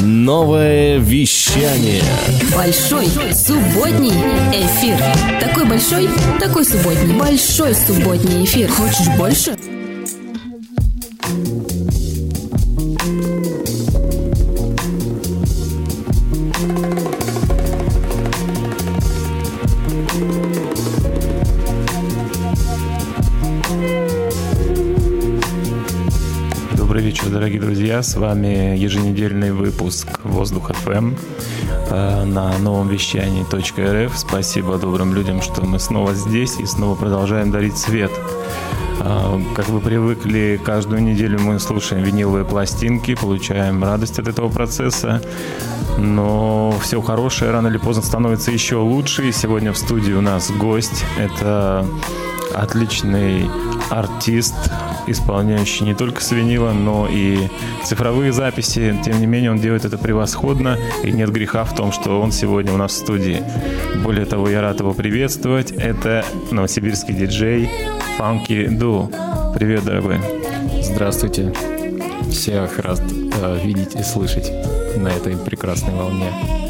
Новое вещание. Большой субботний эфир. Такой большой, такой субботний. Большой субботний эфир. Хочешь больше? Добрый вечер, дорогие друзья. С вами еженедельный выпуск «Воздух ФМ» на новом вещании .рф. Спасибо добрым людям, что мы снова здесь и снова продолжаем дарить свет. Как вы привыкли, каждую неделю мы слушаем виниловые пластинки, получаем радость от этого процесса. Но все хорошее рано или поздно становится еще лучше. И сегодня в студии у нас гость. Это отличный артист, исполняющий не только с винила, но и цифровые записи. Тем не менее, он делает это превосходно, и нет греха в том, что он сегодня у нас в студии. Более того, я рад его приветствовать. Это новосибирский диджей Funky Du. Привет, дорогой. Здравствуйте. Всех рад видеть и слышать на этой прекрасной волне.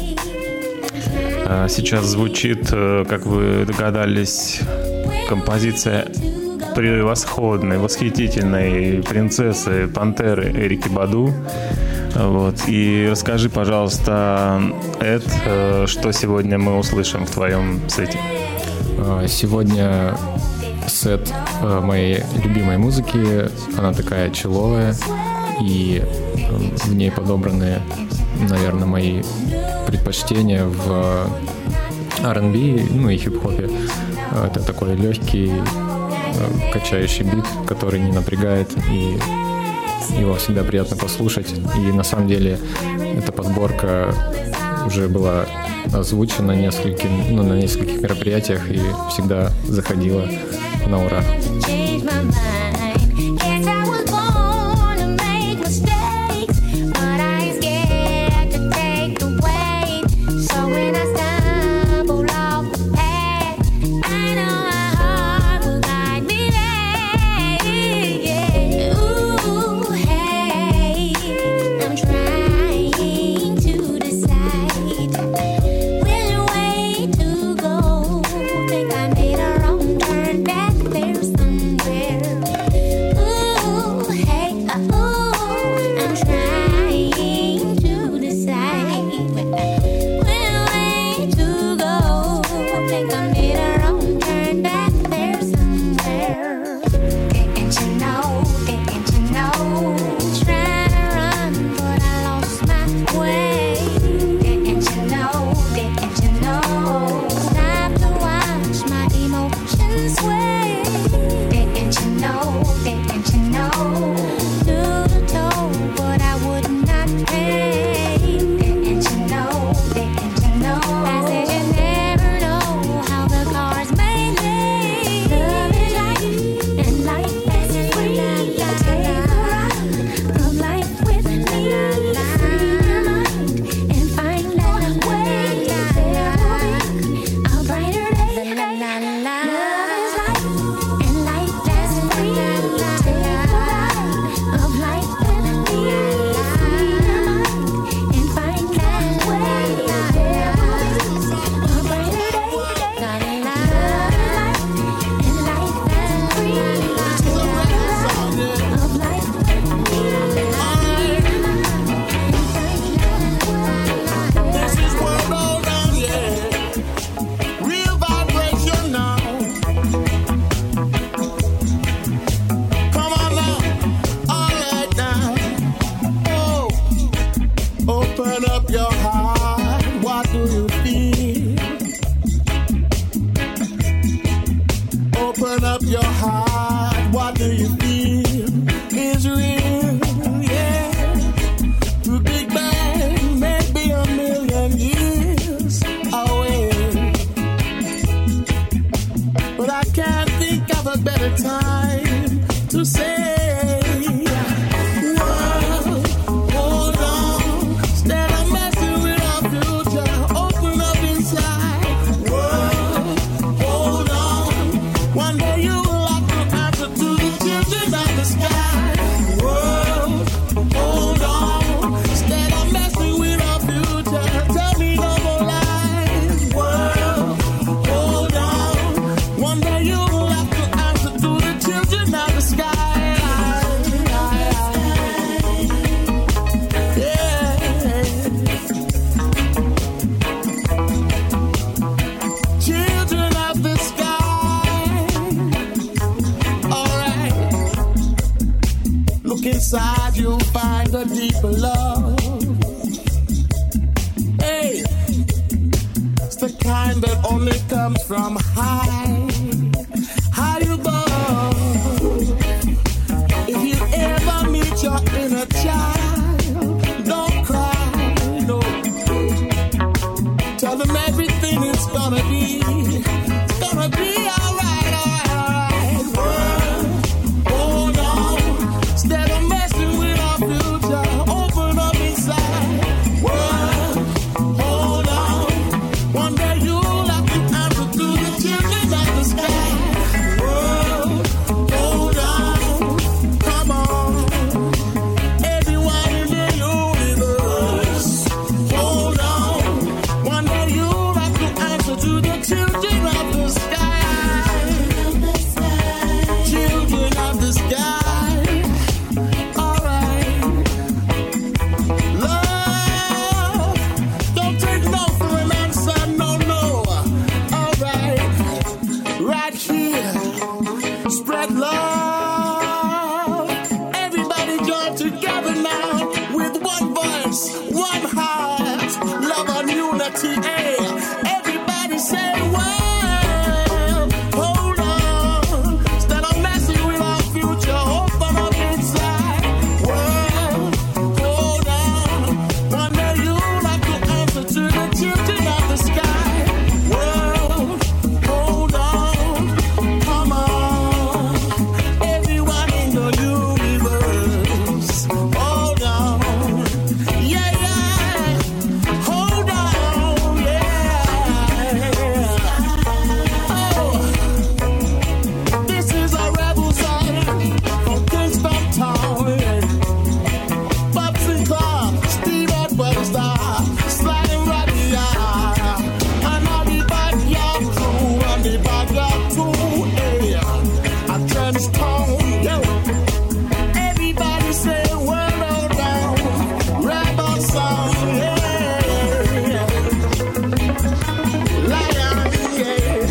Сейчас звучит, как вы догадались, композиция превосходной, восхитительной принцессы Пантеры Эрики Баду. Вот. И расскажи, пожалуйста, Эд, что сегодня мы услышим в твоем сете? Сегодня сет моей любимой музыки. Она такая чилловая, и в ней подобраны, наверное, мои предпочтения в R&B, ну и хип-хопе. Это такой легкий, качающий бит, который не напрягает, и его всегда приятно послушать. И на самом деле эта подборка уже была озвучена на нескольких мероприятиях и всегда заходила на ура. Hold on, instead of messing with inside you'll find a deeper love. Hey, it's the kind that only comes from high above. If you ever meet your inner child, don't cry, no. Tell them everything is gonna be alright, alright. Hold on, instead of messing with our future, open up inside. Hold on, one day you'll have to answer to the children of the sky. Hold on, come on, everyone in the universe. Hold on, one day you'll have to answer to the children of the sky. Children of the sky. Alright. Love, don't take no for an answer, no. Alright. Right here. Spread love. Everybody join together now with one voice, one heart, love and unity. Hey, everybody say well. Hold on, instead of messing with our future, open up inside. Well, hold on, one day you'll have to answer to the children of the sky. Well, hold on, come on, everyone in the universe. Hold on, yeah, hold on, yeah. Oh, this is a rebel song from Kingston Town. Bubsy Clark, Steve Edwards, Sliding Radio, and all the backyard crew, and the backyard crew, yeah. I turn this tone, yo. Everybody say world down, rebel song, yeah. Lion, yeah.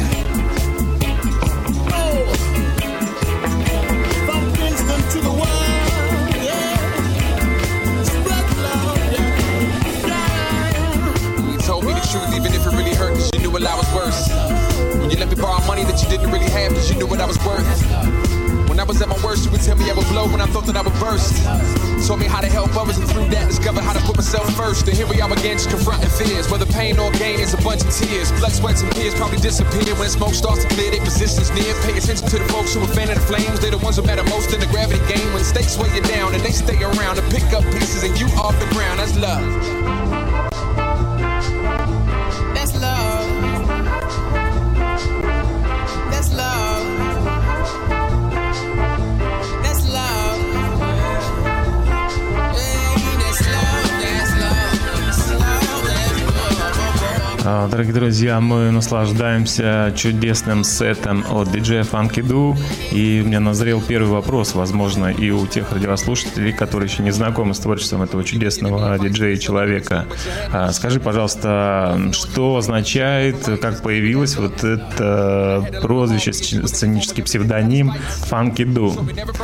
Oh, from Kingston to the world, yeah. Spread love, yeah. You told me the truth even if it really hurt, cause you knew what I was worth. When you let me borrow money that you didn't really have, cause you knew what I was worth. When I was at my worst, you would tell me I would blow when I thought that I would burst. Taught me how to help others, and through that discovered how to put myself first. And here we are again, just confronting fears. Whether pain or gain, it's a bunch of tears. Blood, sweat, and tears probably disappear when smoke starts to clear. Their positions near. Pay attention to the folks who are fan of the flames. They're the ones who matter most in the gravity game. When stakes weigh you down and they stay around to pick up pieces and you off the ground. That's love. That's love. That's love. That's love. Hey, that's love. That's love. That's love. That's love. Дорогие друзья, мы наслаждаемся чудесным сетом от диджея Funky Du. И у меня назрел первый вопрос, возможно, и у тех радиослушателей, которые еще не знакомы с творчеством этого чудесного диджея и человека. Скажи, пожалуйста, что означает, как появилось вот это прозвище, сценический псевдоним Funky Du?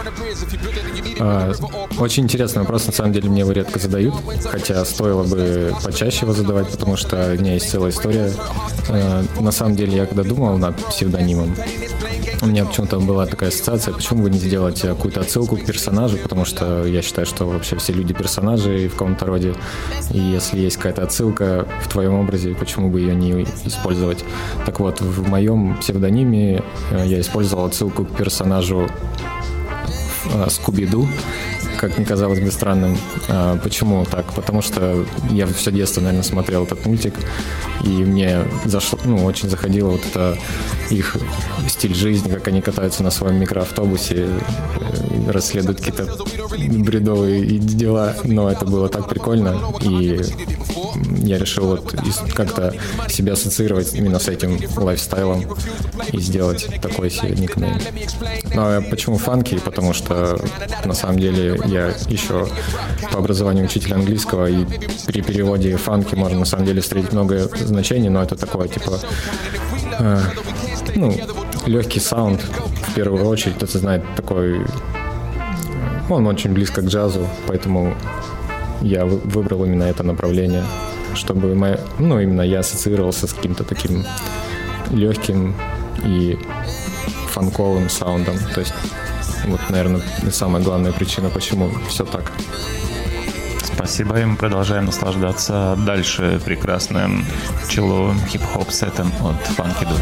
Очень интересный вопрос, на самом деле мне его редко задают, хотя стоило бы почаще его задавать, потому что у меня есть целая история. На самом деле я когда думал над псевдонимом, у меня почему-то была такая ассоциация, почему бы не сделать какую-то отсылку к персонажу, потому что я считаю, что вообще все люди персонажи в каком-то роде, и если есть какая-то отсылка в твоем образе, почему бы ее не использовать. Так вот, в моем псевдониме я использовал отсылку к персонажу Скуби-Ду, как мне казалось бы странным. Почему так? Потому что я все детство, наверное, смотрел этот мультик, и мне очень заходило вот это их стиль жизни, как они катаются на своем микроавтобусе, расследуют какие-то бредовые дела, но это было так прикольно, и я решил вот как-то себя ассоциировать именно с этим лайфстайлом и сделать такой себе никнейм. Ну а почему фанки? Потому что на самом деле я еще по образованию учитель английского, и при переводе фанки можно на самом деле встретить много значений, но это такое типа легкий саунд в первую очередь, кто-то знает такой Он очень близко к джазу, поэтому я выбрал именно это направление, чтобы именно я ассоциировался с каким-то таким легким и фанковым саундом. То есть, вот, наверное, самая главная причина, почему все так. Спасибо, и мы продолжаем наслаждаться дальше прекрасным чилловым хип-хоп сетом от Funky Du.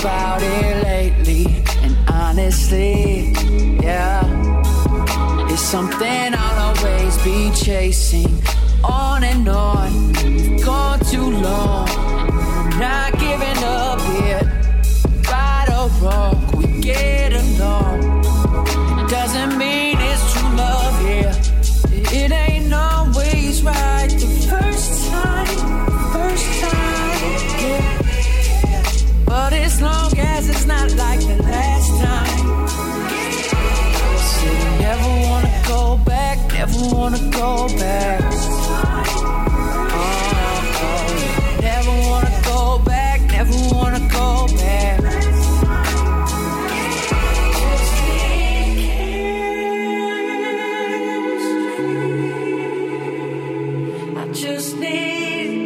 about it lately, and honestly, yeah, it's something I'll always be chasing. On and on, we've gone too long. I'm not giving up yet. Right or wrong, we get along. It doesn't mean it's true love here. It ain't always right the first time, yeah. But as long as it's not like the last time, said I never wanna go back, never wanna go back. Never wanna go back, never wanna go back. I just need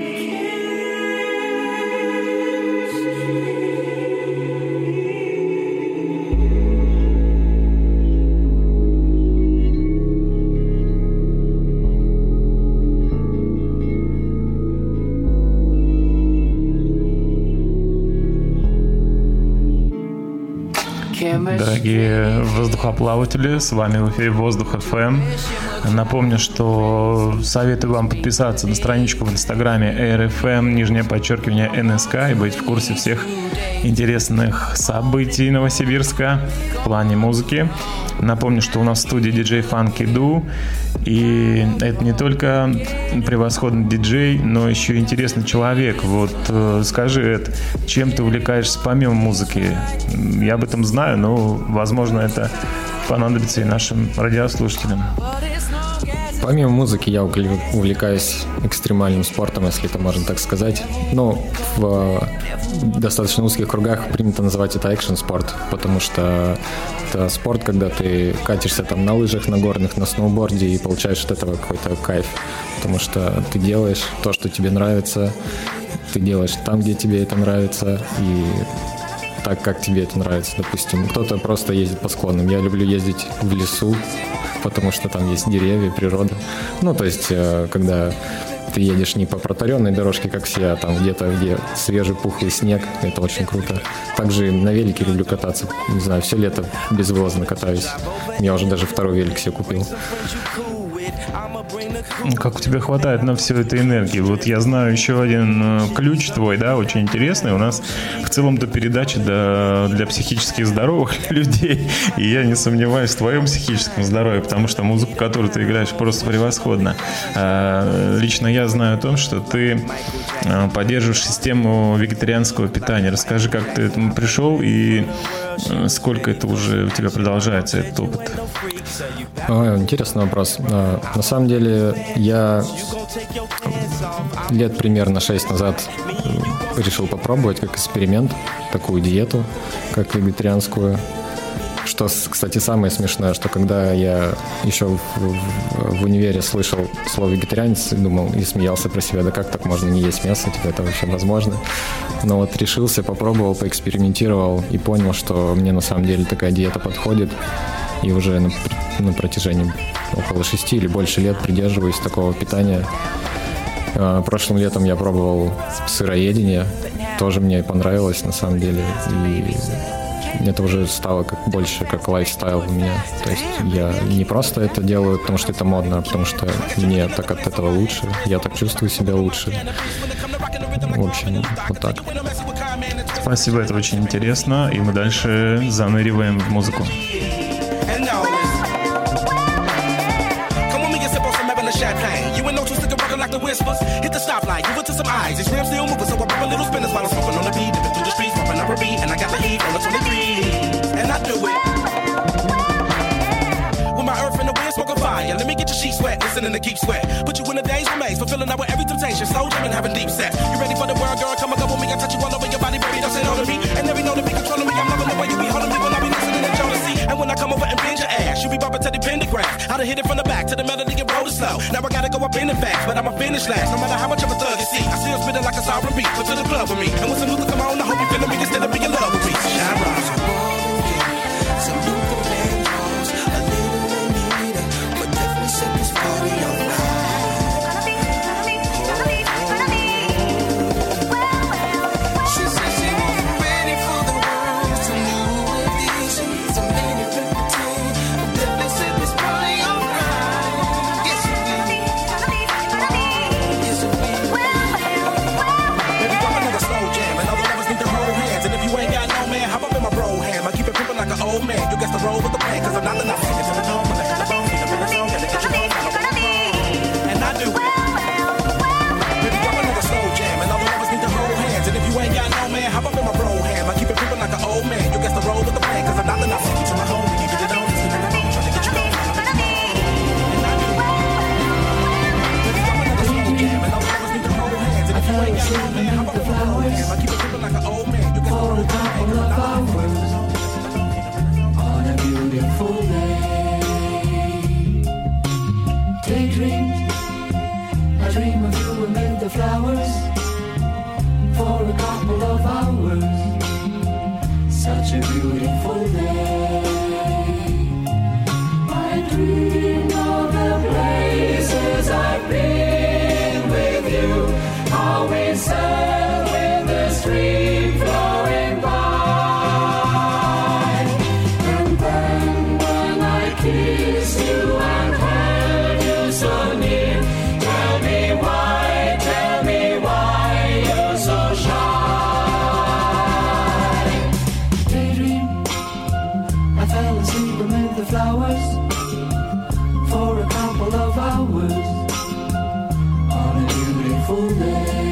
Дорогие воздухоплаватели, с вами в эфире Воздух ФМ. Напомню, что советую вам подписаться на страничку в инстаграме @RFM_ НСК и быть в курсе всех интересных событий Новосибирска в плане музыки. Напомню, что у нас в студии диджей Funky Du, и это не только превосходный диджей, но еще и интересный человек. Вот скажи, Эд, чем ты увлекаешься помимо музыки? Я об этом знаю, но, возможно, это понадобится и нашим радиослушателям. Помимо музыки я увлекаюсь экстремальным спортом, если это можно так сказать. Ну, в достаточно узких кругах принято называть это экшн-спорт, потому что это спорт, когда ты катишься там на лыжах, на горных, на сноуборде и получаешь от этого какой-то кайф, потому что ты делаешь то, что тебе нравится, ты делаешь там, где тебе это нравится, и так, как тебе это нравится. Допустим, кто-то просто ездит по склонам. Я люблю ездить в лесу, потому что там есть деревья, природа. Ну, то есть, когда ты едешь не по протаренной дорожке, как все, а там где-то, где свежий пухлый снег, это очень круто. Также на велике люблю кататься. Не знаю, все лето безвылазно катаюсь. Я уже даже второй велик себе купил. Как у тебя хватает на всю эту энергию? Вот я знаю еще один ключ твой, да, очень интересный. У нас в целом-то передача для психически здоровых людей. И я не сомневаюсь в твоем психическом здоровье, потому что музыку, которую ты играешь, просто превосходно. Лично я знаю о том, что ты поддерживаешь систему вегетарианского питания. Расскажи, как ты к этому пришел и сколько это уже у тебя продолжается, этот опыт? Интересный вопрос. На самом деле, я лет примерно 6 назад решил попробовать как эксперимент такую диету, как вегетарианскую. Что, кстати, самое смешное, что когда я еще в универе слышал слово «вегетарианец», думал и смеялся про себя, да как так можно не есть мясо, типа это вообще возможно. Но вот решился, попробовал, поэкспериментировал и понял, что мне на самом деле такая диета подходит. И уже на протяжении около 6 или больше лет придерживаюсь такого питания. Прошлым летом я пробовал сыроедение, тоже мне понравилось на самом деле. И это уже стало больше как лайфстайл у меня. То есть я не просто это делаю, потому что это модно, а потому что мне так от этого лучше. Я так чувствую себя лучше. В общем, вот так. Спасибо, это очень интересно. И мы дальше заныриваем в музыку. Like the whispers, hit the stoplight, give it to some eyes. These rims still moving, so I pop a little spinners while I'm smoking on the beat. Dipping through the streets, popping up a beat, and I got the heat on the 23. And I do it with my earth in the wind, smoking fire. Let me get your sheets wet, listening to Keep Sweat. Put you in a daze remains, fulfilling out with every temptation. Slow jamming, having deep sex. You ready for the world, girl? Come and go with me. I touch you all over your body, baby. Don't say no to me. And every know to be controlling me. I'm loving the way you be holding me when I be listening to jealousy. And when I come over and bend your ass, you be bumping to the pentagram. I done hit it from the back to the melody and roll it slow. Now I gotta go up in the fast, but I'ma finish last. No matter how much of a thug you see, I still spitting like a sovereign beat. Come to the club with me, and when some music come on, I hope you feeling me instead of being in love with me. Shine bright. Some Luther Vandross, a little Anita, but definitely set this party on fire. She said she wasn't ready for the world. Daydream, I dream of you amid the flowers for a couple of hours. Such a beautiful day. I dream of the places I've been with you, always sat with the stream flowing by. And then when I kiss you and hold you so near, tell me why you're so shy. Daydream, I fell asleep amid the flowers for a couple of hours on a beautiful day.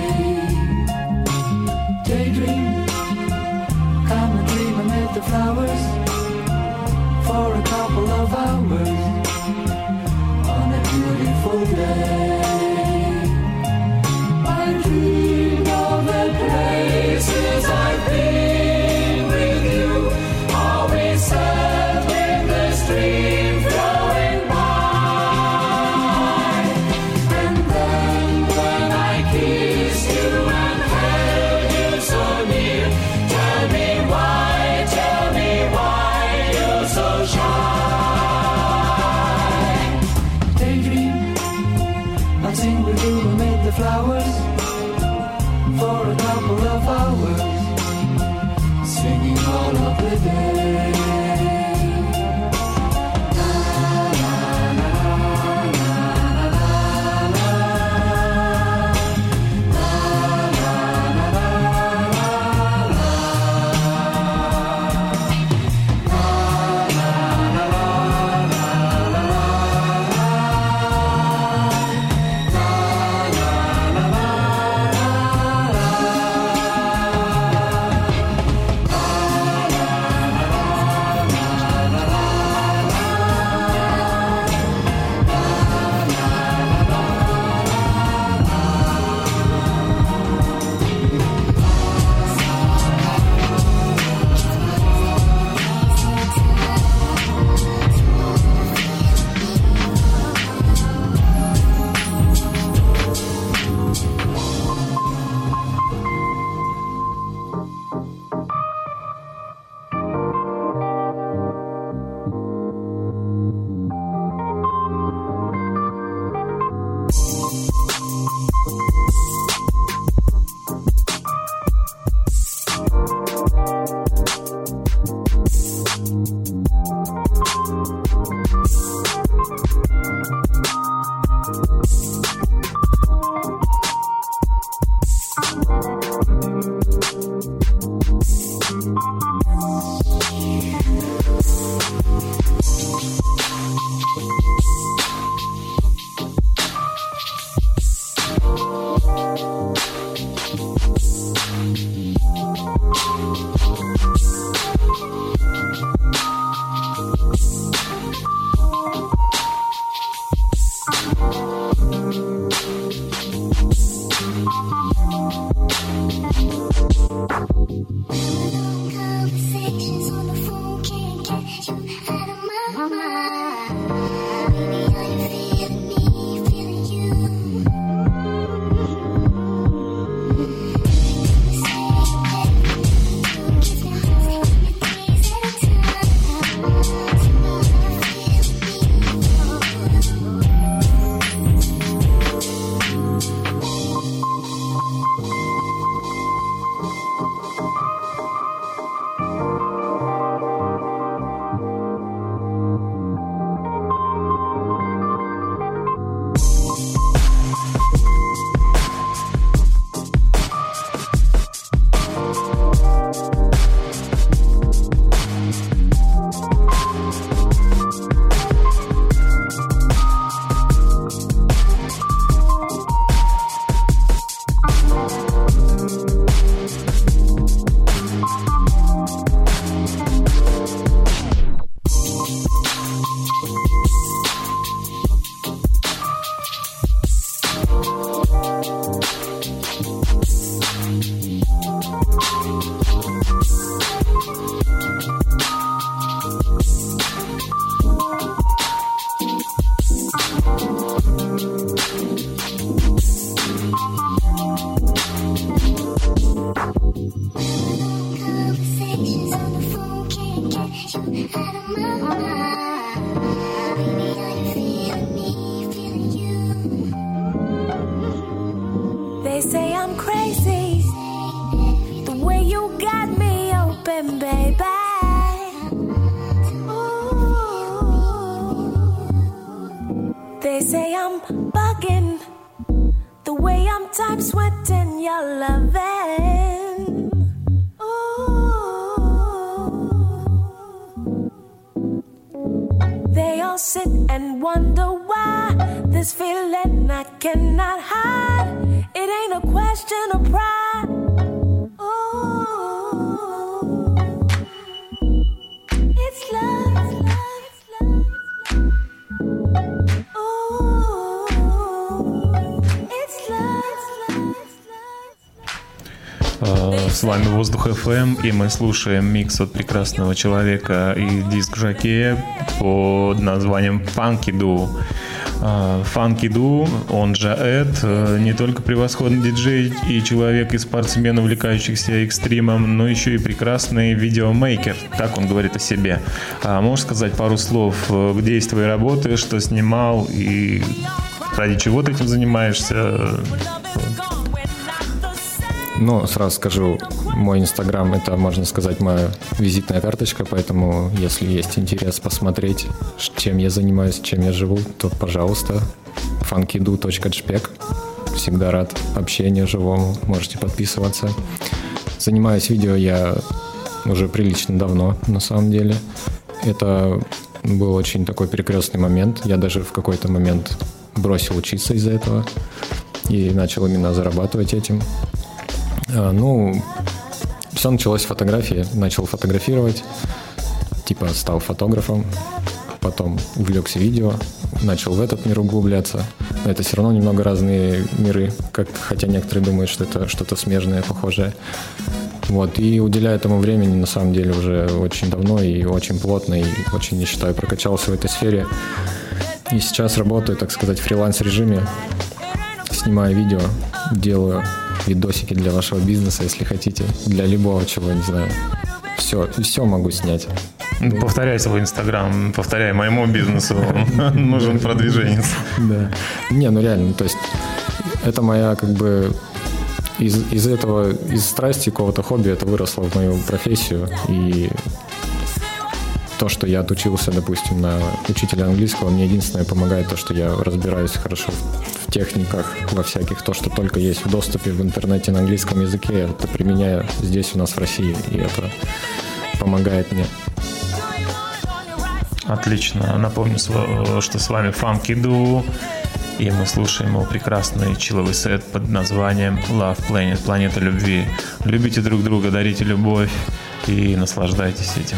Daydream, come and dream amid the flowers for a couple of hours on a beautiful day. I dream of the places I've been with you, always sat with the stream flowing by. And then when I They say I'm bugging, the way I'm time sweating your loving. Ooh. They all sit and wonder why this feeling I cannot hide. It ain't a question of pride. Ooh. It's love, love, love. С вами Воздух FM, и мы слушаем микс от прекрасного человека и диск-жокея под названием Funky Du. Funky Du, он же Эд, не только превосходный диджей и человек и спортсмен, увлекающийся экстримом, но еще и прекрасный видеомейкер, так он говорит о себе. Можешь сказать пару слов, где есть твои работы, что снимал и ради чего ты этим занимаешься? Ну, сразу скажу, мой Инстаграм — это, можно сказать, моя визитная карточка, поэтому, если есть интерес посмотреть, чем я занимаюсь, чем я живу, то, пожалуйста, funkydu.jpg. Всегда рад общению живому, можете подписываться. Занимаюсь видео я уже прилично давно, на самом деле. Это был очень такой перекрестный момент. Я даже в какой-то момент бросил учиться из-за этого и начал именно зарабатывать этим. Ну, все началось с фотографии. Начал фотографировать, типа стал фотографом, потом увлекся видео, начал в этот мир углубляться. Но это все равно немного разные миры, хотя некоторые думают, что это что-то смежное, похожее. Вот, и уделяю этому времени, на самом деле, уже очень давно и очень плотно, и очень, я считаю, прокачался в этой сфере. И сейчас работаю, так сказать, в фриланс-режиме, снимаю видео, делаю видосики для вашего бизнеса, если хотите, для любого чего, не знаю. Все могу снять. Повторяй свой Инстаграм, повторяй моему бизнесу, нужен продвиженец. Да. Не, ну реально, то есть это моя как бы из этого, из страсти какого-то хобби это выросло в мою профессию, и то, что я отучился, допустим, на учителя английского, мне единственное помогает то, что я разбираюсь хорошо в техниках, во всяких, то, что только есть в доступе в интернете на английском языке, я это применяю здесь у нас в России, и это помогает мне. Отлично. Напомню, что с вами Funky Du, и мы слушаем его прекрасный чилловый сет под названием Love Planet, планета любви. Любите друг друга, дарите любовь и наслаждайтесь этим.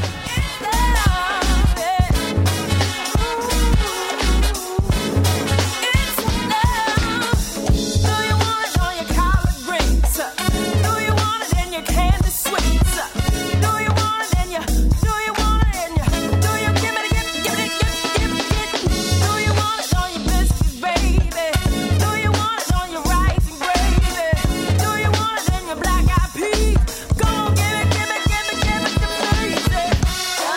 Go on, give it, give it, give it, give it to me.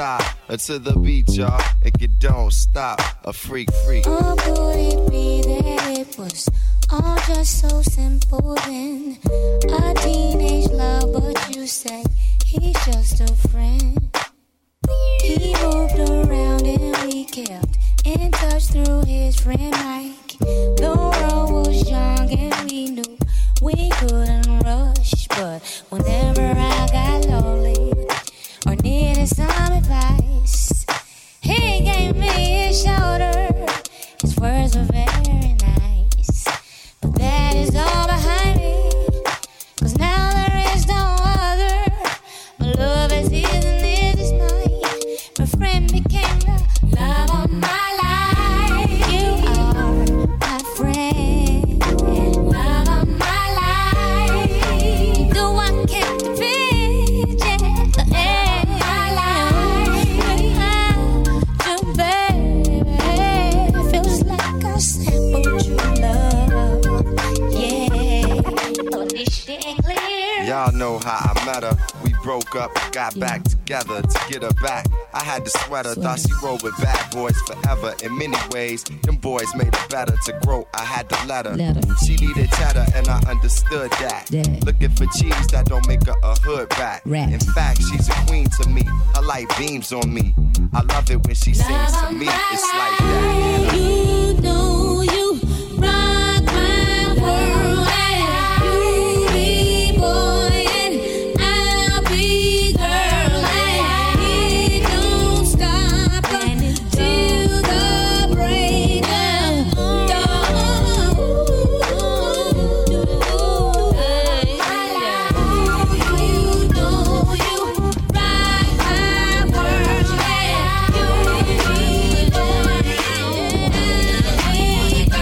stop. To the beat, y'all. It don't stop. A freak. Or could it be that it was all just so simple then? A teenage love, but you say he's just a friend. He moved around and we kept in touch through his friend Mike. The world was young and we knew we couldn't rush, but whenever I got lonely or needed some advice, he gave me his shoulder. His words were very nice, but that is all behind me, 'cause now there is no other. My love is his and his is mine. My friend became the love of my life. You are my friend, love of my life. Do I keep the vision, the end of my life? Without you, baby, feels like I sampled true love. Yeah, but this shit clear. Y'all know how I met her. We broke up, got back together to get her back. I had the sweater, thought she rolled with bad boys forever. In many ways, them boys made her better. To grow, I had to let her. She needed cheddar, and I understood that. Looking for cheese that don't make her a hood rat. In fact, she's a queen to me. Her light beams on me. I love it when she sings to me. It's like that. You know you rock my world, and you be boy and I'll be girl, and it don't stop until the break of dawn. You know you rock my world, and you be boy and I'll be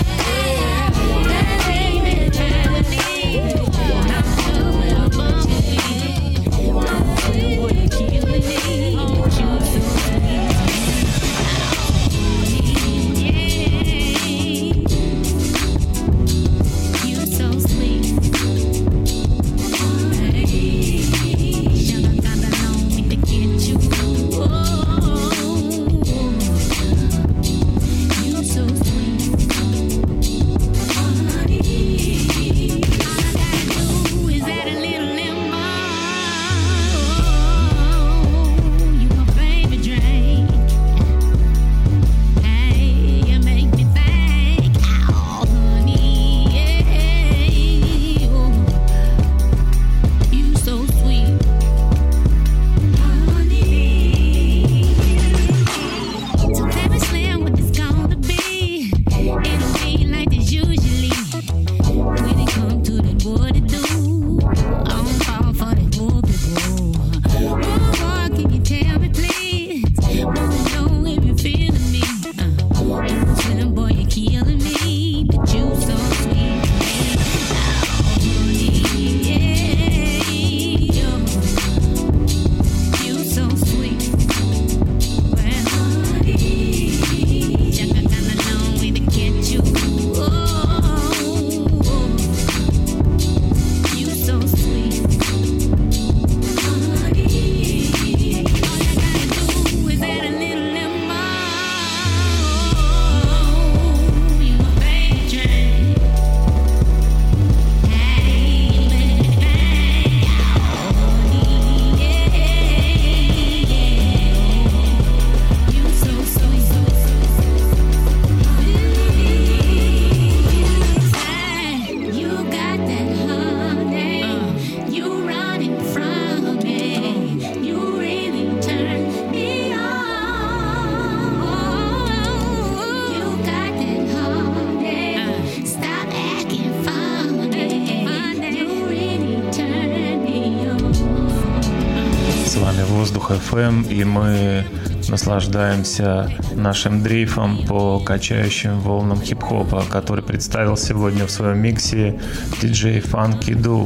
Воздух FM, и мы наслаждаемся нашим дрейфом по качающим волнам хип-хопа, который представил сегодня в своем миксе диджей Funky Do.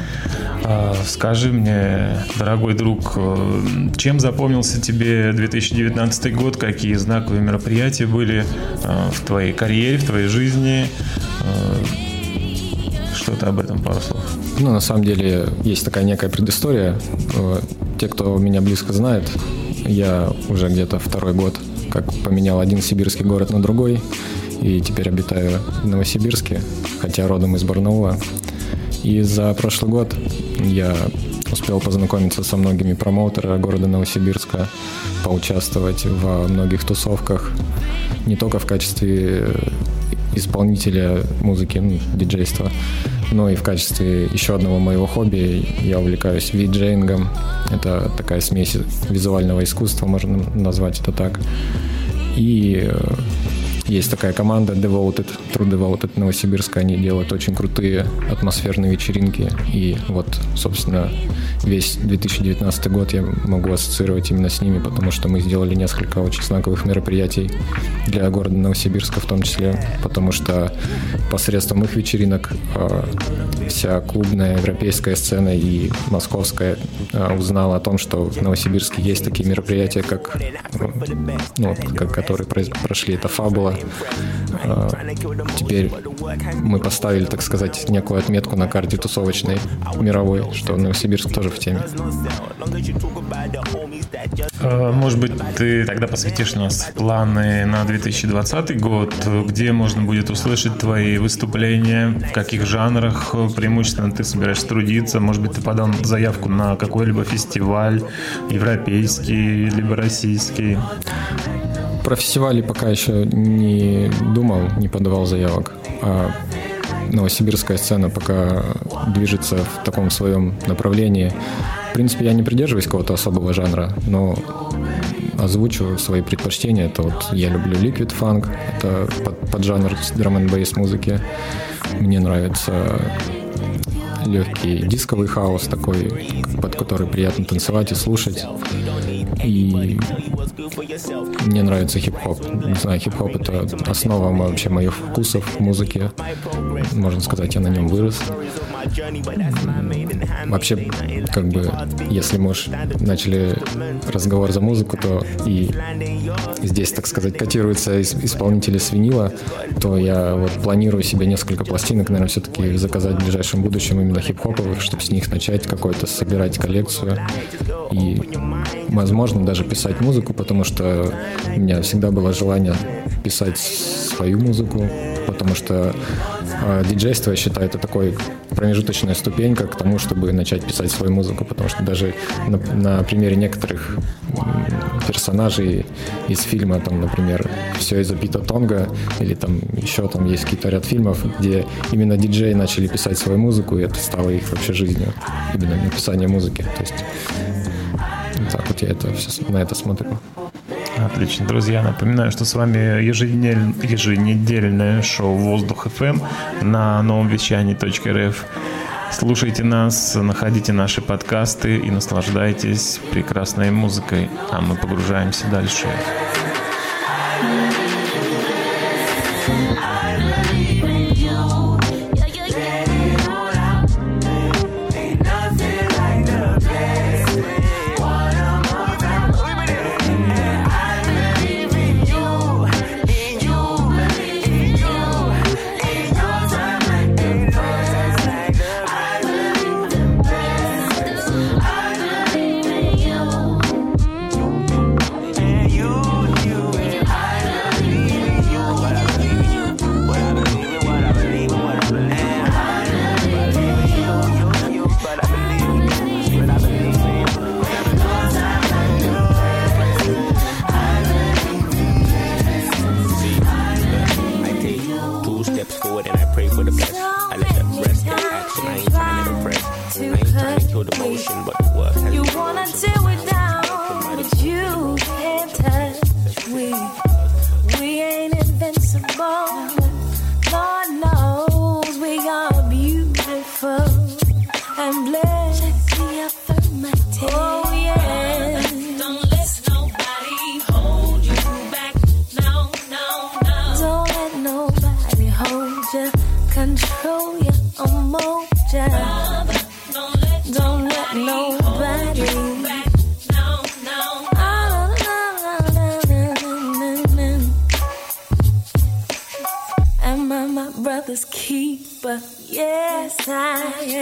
Скажи мне, дорогой друг, чем запомнился тебе 2019 год? Какие знаковые мероприятия были в твоей карьере, в твоей жизни? Что-то об этом, пару слов. Ну, на самом деле, есть такая некая предыстория. Те, кто меня близко знает, Я уже где-то второй год как поменял один сибирский город на другой, и теперь обитаю в Новосибирске, хотя родом из Барнаула. И за прошлый год я успел познакомиться со многими промоутерами города Новосибирска, поучаствовать во многих тусовках, не только в качестве исполнителя музыки, диджейства, но и в качестве еще одного моего хобби. Я увлекаюсь виджеингом. Это такая смесь визуального искусства, можно назвать это так. И есть такая команда Devoted, True Devoted Новосибирска. Они делают очень крутые атмосферные вечеринки. И вот, собственно, весь 2019 год я могу ассоциировать именно с ними, потому что мы сделали несколько очень знаковых мероприятий для города Новосибирска в том числе, потому что посредством их вечеринок вся клубная европейская сцена и московская узнала о том, что в Новосибирске есть такие мероприятия, которые прошли. Это Фабула. Теперь мы поставили, так сказать, некую отметку на карте тусовочной мировой, что Новосибирск тоже в теме. Может быть, ты тогда посвятишь нас планы на 2020 год, где можно будет услышать твои выступления, в каких жанрах преимущественно ты собираешься трудиться? Может быть, ты подал заявку на какой-либо фестиваль, европейский, либо российский? Про фестивали пока еще не думал, не подавал заявок. А новосибирская сцена пока движется в таком своем направлении. В принципе, я не придерживаюсь какого-то особого жанра, но озвучу свои предпочтения. Это вот я люблю liquid funk, это поджанр драм-н-бейс музыки. Мне нравится легкий дисковый хаус, такой, под который приятно танцевать и слушать. И мне нравится хип-хоп. Не знаю, хип-хоп — это основа вообще моих вкусов в музыке. Можно сказать, я на нем вырос. Вообще, как бы, если мы уж начали разговор за музыку, то и здесь, так сказать, котируются исполнители с винила, то я вот планирую себе несколько пластинок, наверное, все-таки заказать в ближайшем будущем именно хип-хоповых, чтобы с них начать какой-то собирать коллекцию и, возможно, даже писать музыку, потому что у меня всегда было желание писать свою музыку, потому что диджейство, я считаю, это такой промежуточная ступенька к тому, чтобы начать писать свою музыку, потому что даже на примере некоторых персонажей из фильма, там, например, «Все из-за Пита Тонга», или там еще там есть какие-то ряд фильмов, где именно диджеи начали писать свою музыку, и это стало их вообще жизнью, именно написание музыки. То есть так вот я на это смотрю. Отлично, друзья. Напоминаю, что с вами еженедельное шоу «Воздух ФМ» на новом вещании .рф. Слушайте нас, находите наши подкасты и наслаждайтесь прекрасной музыкой. А мы погружаемся дальше.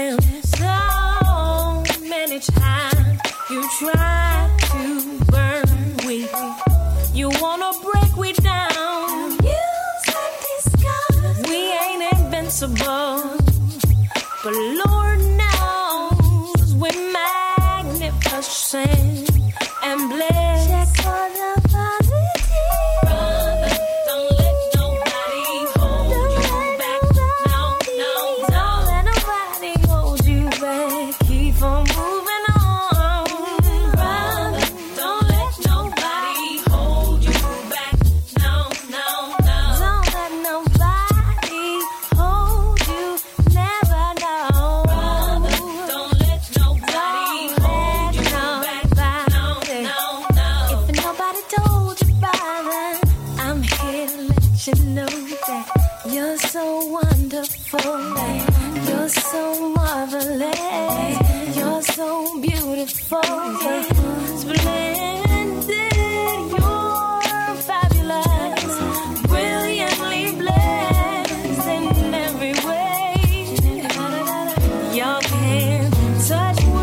So many times you try to burn You wanna break we down. Use and discuss. We ain't invincible, but Lord knows we're magnificent and blessed. Check for the positive. Brother, don't let nobody hold you back. No, no, no. Don't let nobody hold you back. Keep on moving on. Brother, don't let nobody hold you back. No, no, no. Don't let nobody hold you. Never know. Brother, don't let nobody hold you back. No, no, no. If nobody told you, brother, I'm here to let you know that you're so wonderful. You're so marvelous. You're so beautiful. Splendid. You're fabulous. Brilliantly blessed in every way. Y'all can't touch me.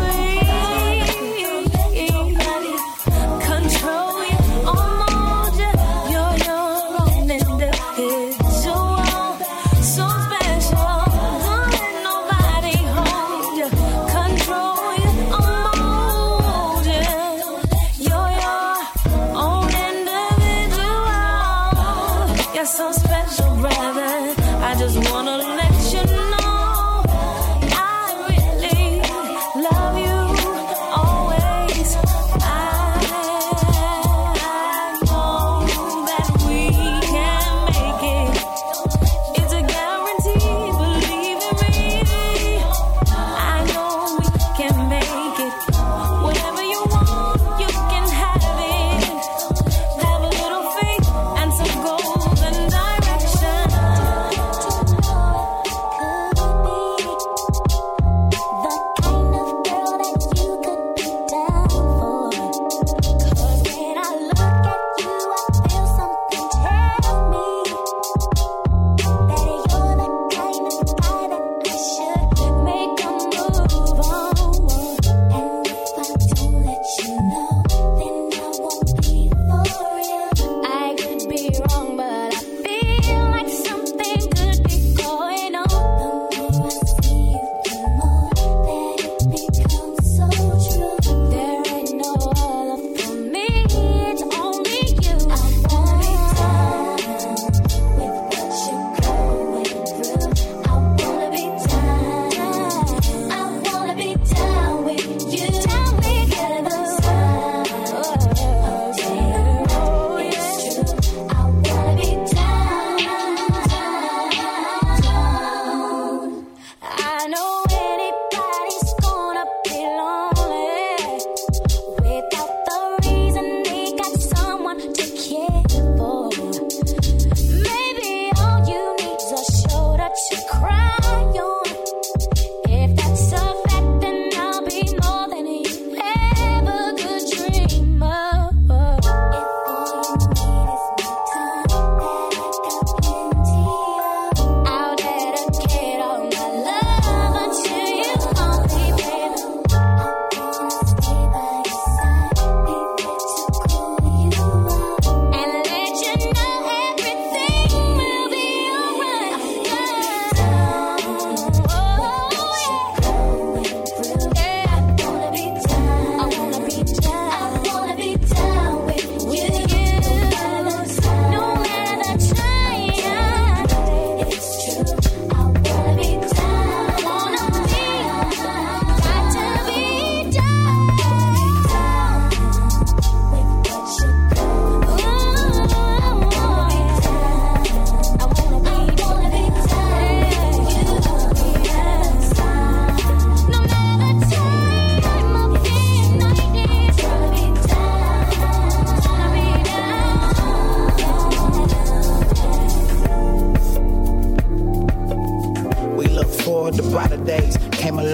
Control you, almost you. You're your own individual. So special. Don't let nobody hold you. Control you, almost you. You're your own individual. You're so special, brother. I just wanna let you know I really love you always. I know that we can make it. It's a guarantee, believe in me. I know we can make it. Whatever you want, you can have it. Have a little faith and some golden direction.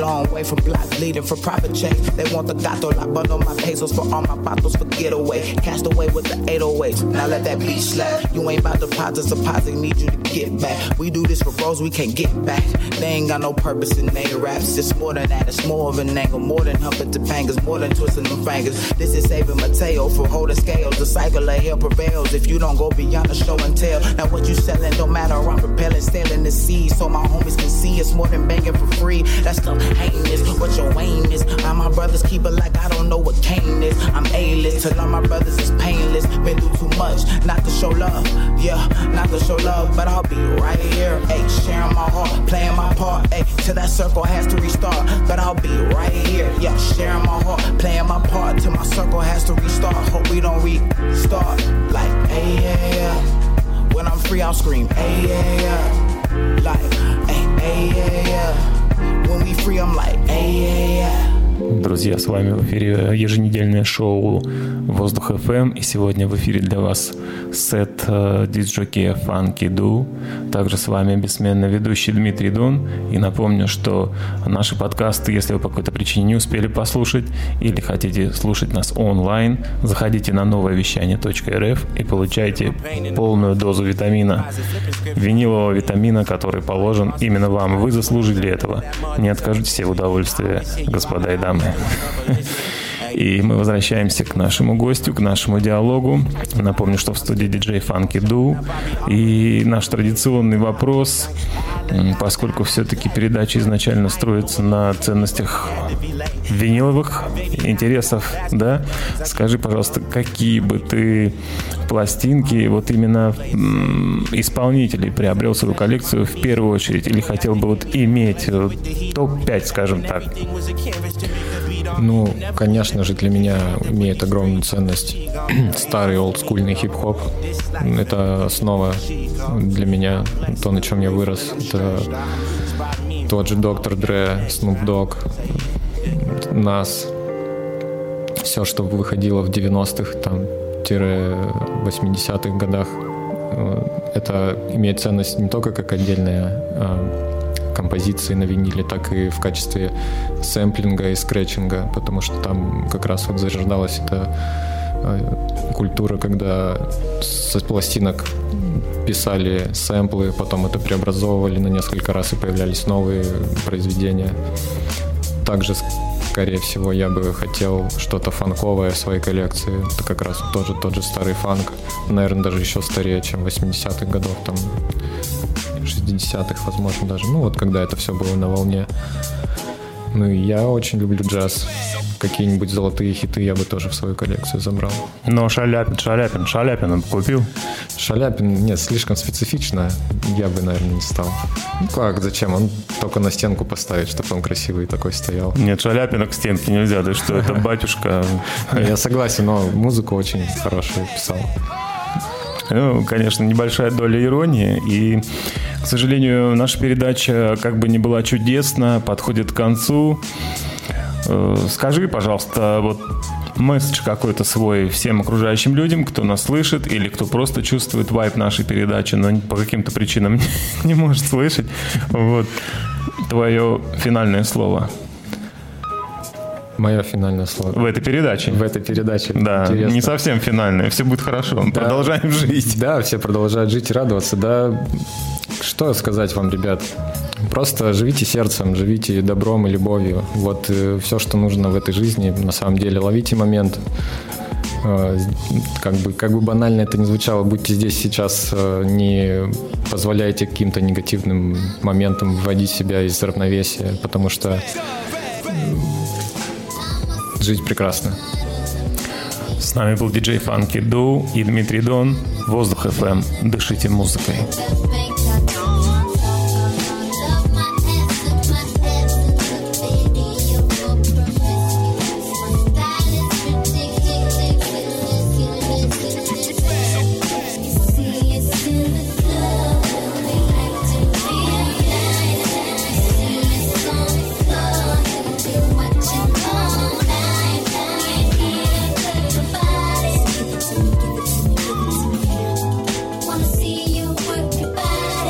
long way from block bleeding for profit checks. They want the gato, I bundle my pesos for all my bottles for getaway. Cast away with the 808s, now let that beat slap. You ain't about deposit, need you to get back. We do this for bros, we can't get back. They ain't got no purpose in their raps. It's more than that, it's more of an angle. More than humping to bangers, more than twisting them fingers. This is saving Mateo from holding scales. The cycle of hell prevails if you don't go beyond the show and tell. Now what you selling don't matter, I'm propelling, sailing the seas so my homies can see it's more than banging for free. That stuff heinous, what your aim is. I'm my brother's keeper like I don't know what Kane is. I'm A-list, till all my brothers is painless. Been through too much, not to show love. Yeah, not to show love, but I'll be right here. Ayy, sharing my heart, playing my part. Ayy, till that circle has to restart. But I'll be right here. Yeah, sharing my heart, playing my part. Till my circle has to restart. Hope we don't restart. Like, ayy, yeah, yeah. When I'm free, I'll scream, ayy, yeah, yeah. Like, ayy, yeah, yeah. When we free, I'm like, ayy, yeah, yeah. Друзья, с вами в эфире еженедельное шоу «Воздух FM», и сегодня в эфире для вас сет диск-жокея Funky Du. Также с вами бессменный ведущий Дмитрий Дон. И напомню, что наши подкасты, если вы по какой-то причине не успели послушать или хотите слушать нас онлайн, заходите на нововещание.рф и получайте полную дозу витамина, винилового витамина, который положен именно вам. Вы заслужили этого. Не откажите себе в удовольствии, господа и дамы. И мы возвращаемся к нашему гостю, к нашему диалогу. Напомню, что в студии диджей Funky Du. И наш традиционный вопрос, поскольку все-таки передача изначально строится на ценностях виниловых интересов, да? Скажи, пожалуйста, какие бы ты пластинки, вот именно исполнителей приобрел свою коллекцию в первую очередь, или хотел бы вот иметь топ-5, скажем так? Ну, конечно же, для меня имеет огромную ценность старый олдскульный хип-хоп. Это основа для меня, то, на чем я вырос. Это тот же Доктор Dre, Snoop Dogg, Nas. Все, что выходило в 90-х, там, 80-х годах, это имеет ценность не только как отдельная композиции на виниле, так и в качестве сэмплинга и скретчинга, потому что там как раз вот зарождалась эта культура, когда с пластинок писали сэмплы, потом это преобразовывали на несколько раз и появлялись новые произведения. Также, скорее всего, я бы хотел что-то фанковое в своей коллекции. Это как раз тоже тот же старый фанк, наверное, даже еще старее, чем 80-х годов, там 60-х, возможно, даже. Ну, вот когда это все было на волне. Ну, и я очень люблю джаз. Какие-нибудь золотые хиты я бы тоже в свою коллекцию забрал. Но Шаляпин купил? Шаляпин, нет, слишком специфично. Я бы, наверное, не стал. Ну, как, зачем? Он только на стенку поставить, чтобы он красивый такой стоял. Нет, Шаляпина к стенке нельзя. Да что, это батюшка. Я согласен, но музыку очень хорошую писал. Ну, конечно, небольшая доля иронии. И, к сожалению, наша передача, как бы ни была чудесна, подходит к концу. Скажи, пожалуйста, вот месседж какой-то свой всем окружающим людям, кто нас слышит или кто просто чувствует вайб нашей передачи, но по каким-то причинам не может слышать. Вот твое финальное слово. Мое финальное слово. В этой передаче. В этой передаче. Да, интересно. не совсем финальное. Все будет хорошо. Да. Продолжаем жить. Да, все продолжают жить и радоваться. Да, что сказать вам, ребят? Просто живите сердцем, живите добром и любовью. Вот все, что нужно в этой жизни. На самом деле, ловите момент. Как бы банально это ни звучало, будьте здесь сейчас, не позволяйте каким-то негативным моментам вводить себя из равновесия, потому что жить прекрасно. С нами был диджей Funky Du и Дмитрий Дон. Воздух FM. Дышите музыкой. Wanna see you work your body.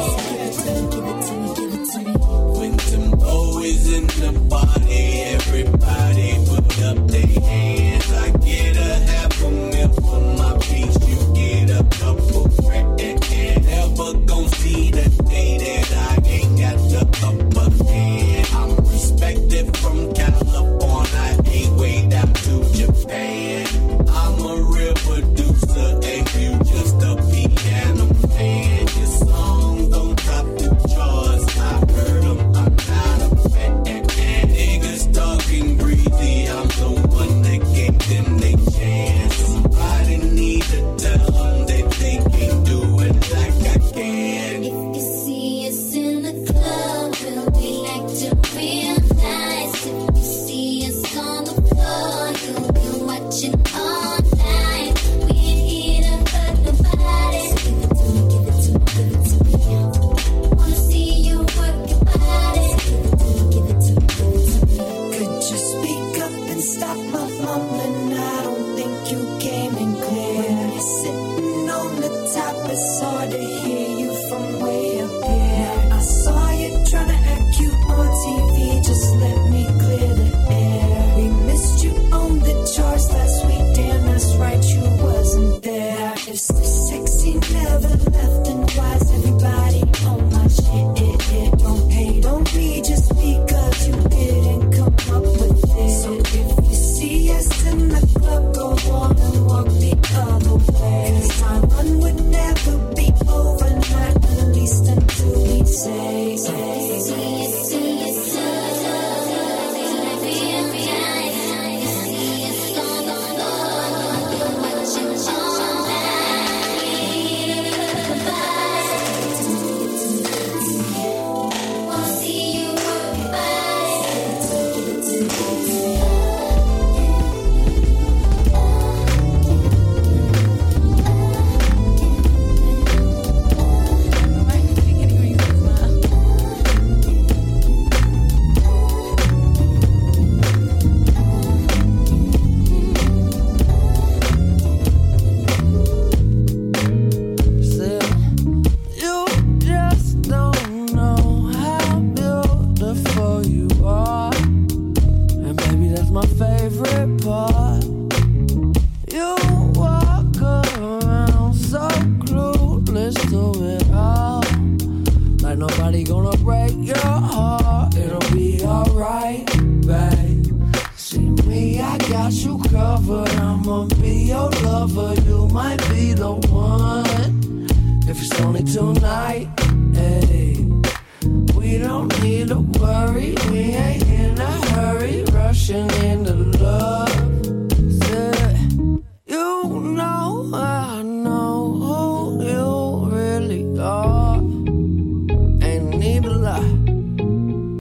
never gon' see the day that I ain't got the upper hand. I'm respected from California, I ain't way down to Japan. I'm a real producer, and you just a piano fan. Your songs don't top the charts, I heard them, I'm not a fan. Niggas talking greedy, I'm the one that gave them they chance. Somebody need to tell them that they can't do it like I can. If you see us in the club, we'll be acting real nice. If you see us on the floor, you'll be watching all night. We ain't here to hurt nobody. So give it to me, give it to me, give it to me. Wanna see you work your body. So give it to me, give it to me, give it to me. Could you speak up and stop my mumbling? I don't think you came in clear. You're sitting on the top, it's hard to hear you from way up here. I saw you trying to act cute on TV, just let me clear the air. We missed you on the charts last week, damn that's right, you wasn't there. If sexy never left, then why's everybody on my shit? Don't hate on me just because you didn't come up with it. So if you see us in the club, go on and walk the other way. 'Cause my run would never be over, not at least until we say, You just don't know how beautiful you are. And baby, that's my favorite part. You walk around so clueless to it all. Like nobody gonna break your heart. It'll be alright, babe. See me, I got you covered. I'ma be your lover. You might be the one. If it's only tonight, hey, we don't need to worry. We ain't in a hurry, rushing into